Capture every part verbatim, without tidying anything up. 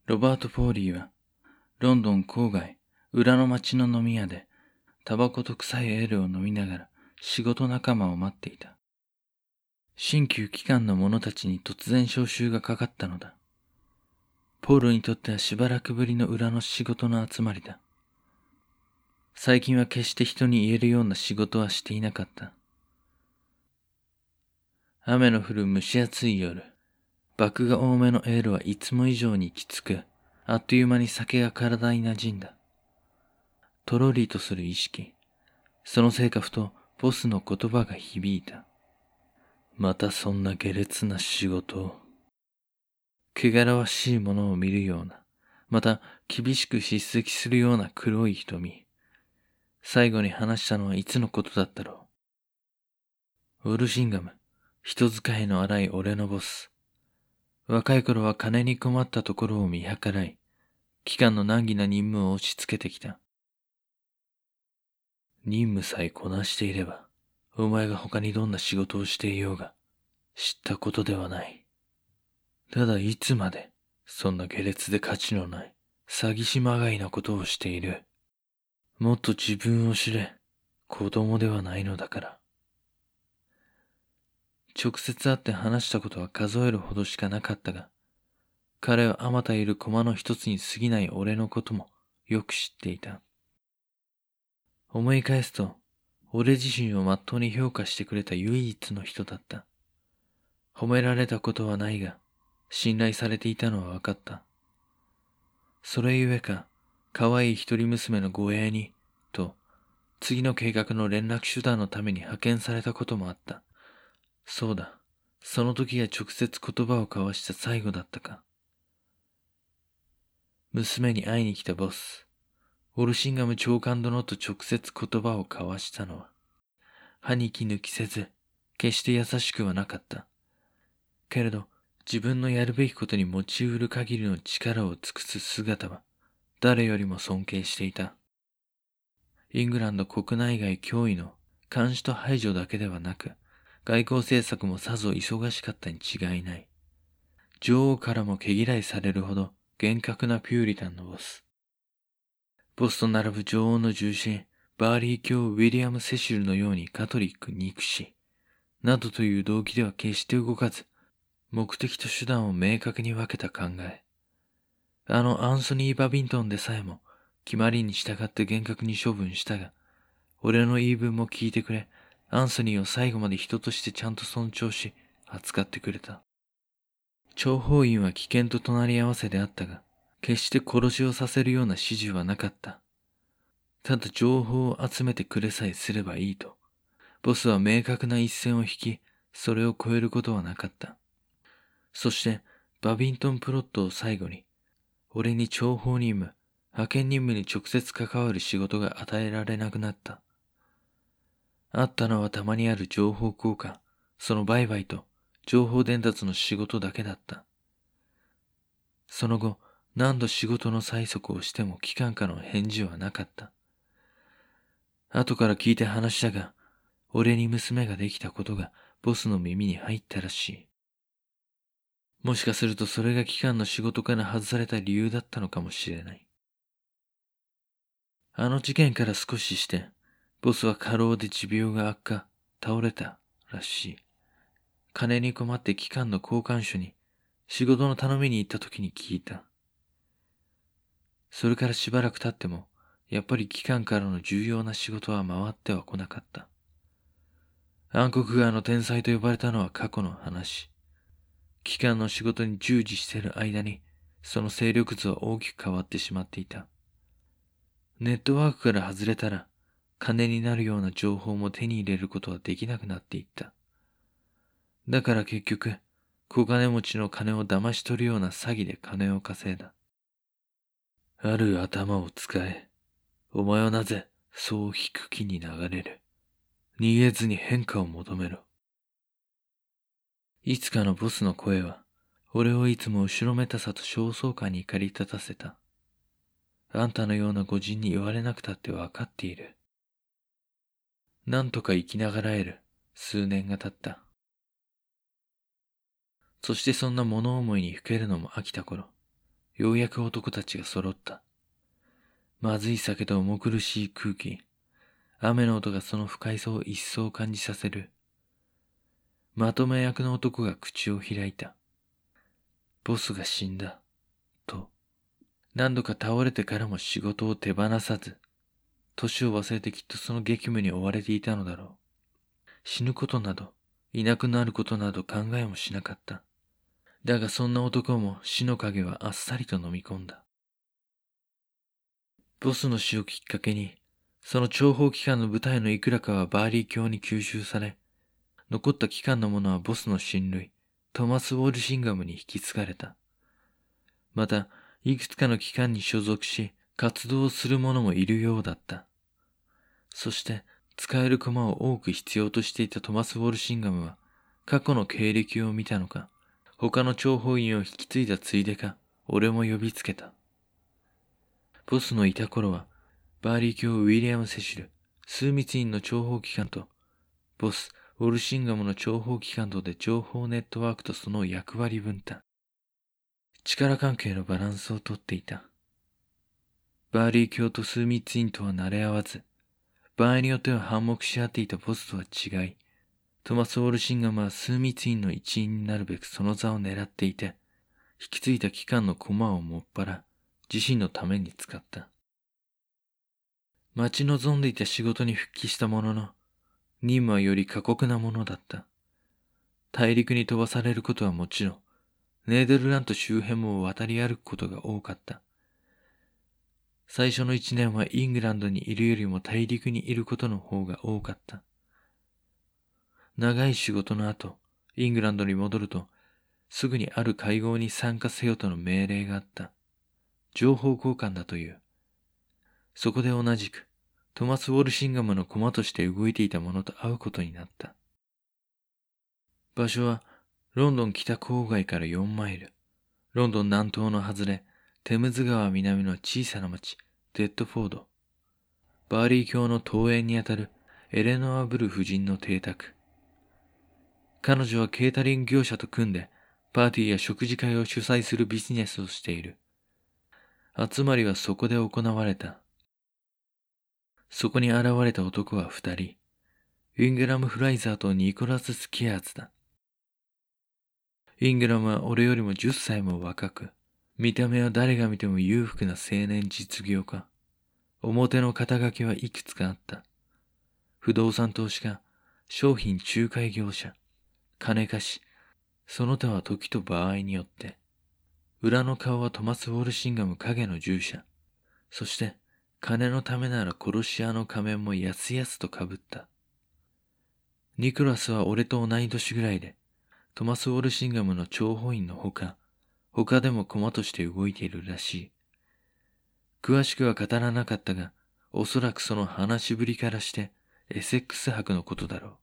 ロバート・ポーリーは、ロンドン郊外、裏の町の飲み屋で、タバコと臭いエールを飲みながら仕事仲間を待っていた。新旧機関の者たちに突然招集がかかったのだ。ポールにとってはしばらくぶりの裏の仕事の集まりだ。最近は決して人に言えるような仕事はしていなかった。雨の降る蒸し暑い夜、麦が多めのエールはいつも以上にきつく、あっという間に酒が体に馴染んだ。とろりとする意識。そのせいかふとボスの言葉が響いた。またそんな下劣な仕事を。汚らわしいものを見るような、また厳しく叱責するような黒い瞳。最後に話したのはいつのことだったろう。ウォルシンガム、人使いの荒い俺のボス。若い頃は金に困ったところを見計らい、機関の難儀な任務を押し付けてきた。任務さえこなしていれば、お前が他にどんな仕事をしていようが、知ったことではない。ただいつまで、そんな下劣で価値のない、詐欺師まがいなことをしている。もっと自分を知れ、子供ではないのだから。直接会って話したことは数えるほどしかなかったが、彼はあまたいる駒の一つに過ぎない俺のこともよく知っていた。思い返すと、俺自身をまっとうに評価してくれた唯一の人だった。褒められたことはないが、信頼されていたのは分かった。それゆえか、可愛い一人娘の護衛に、と、次の計画の連絡手段のために派遣されたこともあった。そうだ、その時が直接言葉を交わした最後だったか。娘に会いに来たボス、ウォルシンガム長官殿と直接言葉を交わしたのは、歯に気抜きせず、決して優しくはなかった。けれど、自分のやるべきことに持ちうる限りの力を尽くす姿は、誰よりも尊敬していた。イングランド国内外脅威の監視と排除だけではなく、外交政策もさぞ忙しかったに違いない。女王からも毛嫌いされるほど厳格なピューリタンのボス。ボスと並ぶ女王の重臣、バーリー卿ウィリアム・セシルのようにカトリック憎し、などという動機では決して動かず、目的と手段を明確に分けた考え。あのアンソニー・バビントンでさえも決まりに従って厳格に処分したが、俺の言い分も聞いてくれ、アンソニーを最後まで人としてちゃんと尊重し、扱ってくれた。諜報員は危険と隣り合わせであったが、決して殺しをさせるような指示はなかった。ただ情報を集めてくれさえすればいいと。ボスは明確な一線を引き、それを超えることはなかった。そして、バビントンプロットを最後に、俺に諜報任務、派遣任務に直接関わる仕事が与えられなくなった。あったのはたまにある情報交換、その売買と情報伝達の仕事だけだった。その後、何度仕事の催促をしても機関からの返事はなかった。後から聞いて話だが、俺に娘ができたことがボスの耳に入ったらしい。もしかするとそれが機関の仕事から外された理由だったのかもしれない。あの事件から少しして、ボスは過労で持病が悪化、倒れたらしい。金に困って機関の交換所に仕事の頼みに行った時に聞いた。それからしばらく経っても、やっぱり機関からの重要な仕事は回っては来なかった。暗黒川の天才と呼ばれたのは過去の話。機関の仕事に従事している間に、その勢力図は大きく変わってしまっていた。ネットワークから外れたら、金になるような情報も手に入れることはできなくなっていった。だから結局、小金持ちの金を騙し取るような詐欺で金を稼いだ。ある頭を使え。お前はなぜそう引く気に流れる。逃げずに変化を求めろ。いつかのボスの声は、俺をいつも後ろめたさと焦燥感に駆り立たせた。あんたのような御人に言われなくたってわかっている。なんとか生きながらえる数年が経った。そしてそんな物思いにふけるのも飽きた頃、 ようやく男たちが揃った。まずい酒と重苦しい空気、雨の音がその不快さを一層感じさせる。まとめ役の男が口を開いた。ボスが死んだ、と。何度か倒れてからも仕事を手放さず、年を忘れてきっとその激務に追われていたのだろう。死ぬことなど、いなくなることなど考えもしなかった。だがそんな男も死の影はあっさりと飲み込んだ。ボスの死をきっかけに、その諜報機関の部隊のいくらかはバーリー卿に吸収され、残った機関の者はボスの親類、トマス・ウォルシンガムに引き継がれた。また、いくつかの機関に所属し、活動する者もいるようだった。そして、使える駒を多く必要としていたトマス・ウォルシンガムは、過去の経歴を見たのか、他の諜報員を引き継いだついでか、俺も呼びつけた。ボスのいた頃は、バーリー卿ウィリアム・セシル、枢密院の諜報機関と、ボス、ウォルシンガムの諜報機関とで情報ネットワークとその役割分担、力関係のバランスをとっていた。バーリー卿と枢密院とは慣れ合わず、場合によっては反目し合っていたボスとは違い、トマス・ウォルシンガムは枢密院の一員になるべくその座を狙っていて、引き継いだ機関の駒をもっぱら自身のために使った。待ち望んでいた仕事に復帰したものの、任務はより過酷なものだった。大陸に飛ばされることはもちろん、ネーデルラント周辺も渡り歩くことが多かった。最初の一年はイングランドにいるよりも大陸にいることの方が多かった。長い仕事の後、イングランドに戻ると、すぐにある会合に参加せよとの命令があった。情報交換だという。そこで同じく、トマス・ウォルシンガムの駒として動いていた者と会うことになった。場所は、ロンドン北郊外からよんマイル、ロンドン南東の外れ、テムズ川南の小さな町、デッドフォード。バーリー卿の東園にあたるエレノア・ブル夫人の邸宅。彼女はケータリング業者と組んで、パーティーや食事会を主催するビジネスをしている。集まりはそこで行われた。そこに現れた男は二人。イングラム・フライザーとニコラス・スキアーズだ。イングラムは俺よりもじゅっさいも若く、見た目は誰が見ても裕福な青年実業家。表の肩書きはいくつかあった。不動産投資家、商品仲介業者、金貸し、その他は時と場合によって。裏の顔はトマス・ウォルシンガム影の従者。そして、金のためなら殺し屋の仮面もやすやすと被った。ニコラスは俺と同い年ぐらいで、トマス・ウォルシンガムの諜報員のほか、他でも駒として動いているらしい。詳しくは語らなかったが、おそらくその話しぶりからして、エセックス伯のことだろう。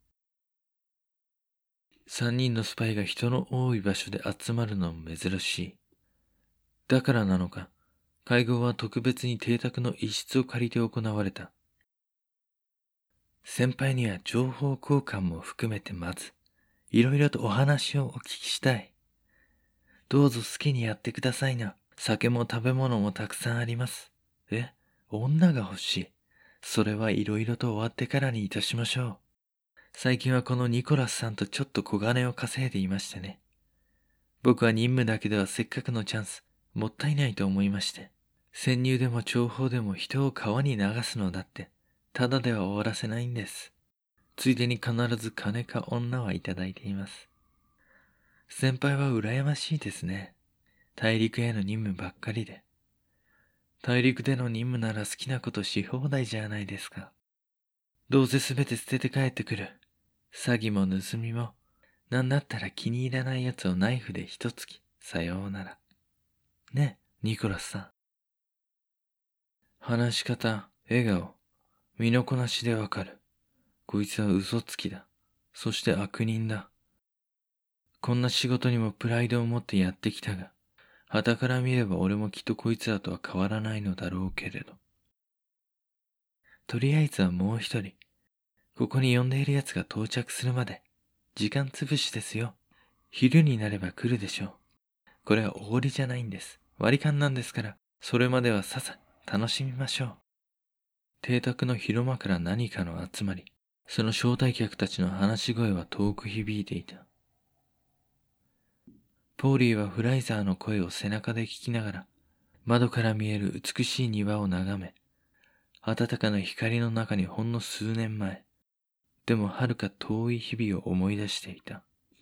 三人のスパイが人の多い場所で集まるのも珍しい。だからなのか、会合は特別に邸宅の一室を借りて行われた。先輩には情報交換も含めてまず、いろいろとお話をお聞きしたい。どうぞ好きにやってくださいな。酒も食べ物もたくさんあります。え、女が欲しい。それはいろいろと終わってからにいたしましょう。最近はこのニコラスさんとちょっと小金を稼いでいましてね。僕は任務だけではせっかくのチャンス、もったいないと思いまして。潜入でも諜報でも人を川に流すのだって、ただでは終わらせないんです。ついでに必ず金か女はいただいています。先輩は羨ましいですね。大陸への任務ばっかりで。大陸での任務なら好きなことし放題じゃないですか。どうせすべて捨てて帰ってくる。詐欺も盗みも、なんだったら気に入らないやつをナイフで一突き、さようなら。ね、ニコラスさん。話し方、笑顔、身のこなしでわかる。こいつは嘘つきだ。そして悪人だ。こんな仕事にもプライドを持ってやってきたが、傍から見れば俺もきっとこいつらとは変わらないのだろうけれど。とりあえずはもう一人、ここに呼んでいる奴が到着するまで、時間つぶしですよ。昼になれば来るでしょう。これはおごりじゃないんです。 割り勘なんですから、それまではささ、楽しみましょう。邸宅の広間から何かの集まり、その招待客たちの話し声は遠く響いていた。ポーリーはフライザーの声を背中で聞きながら、窓から見える美しい庭を眺め、暖かな光の中にほんの数年前、でも遥か遠い日々を思い出していた。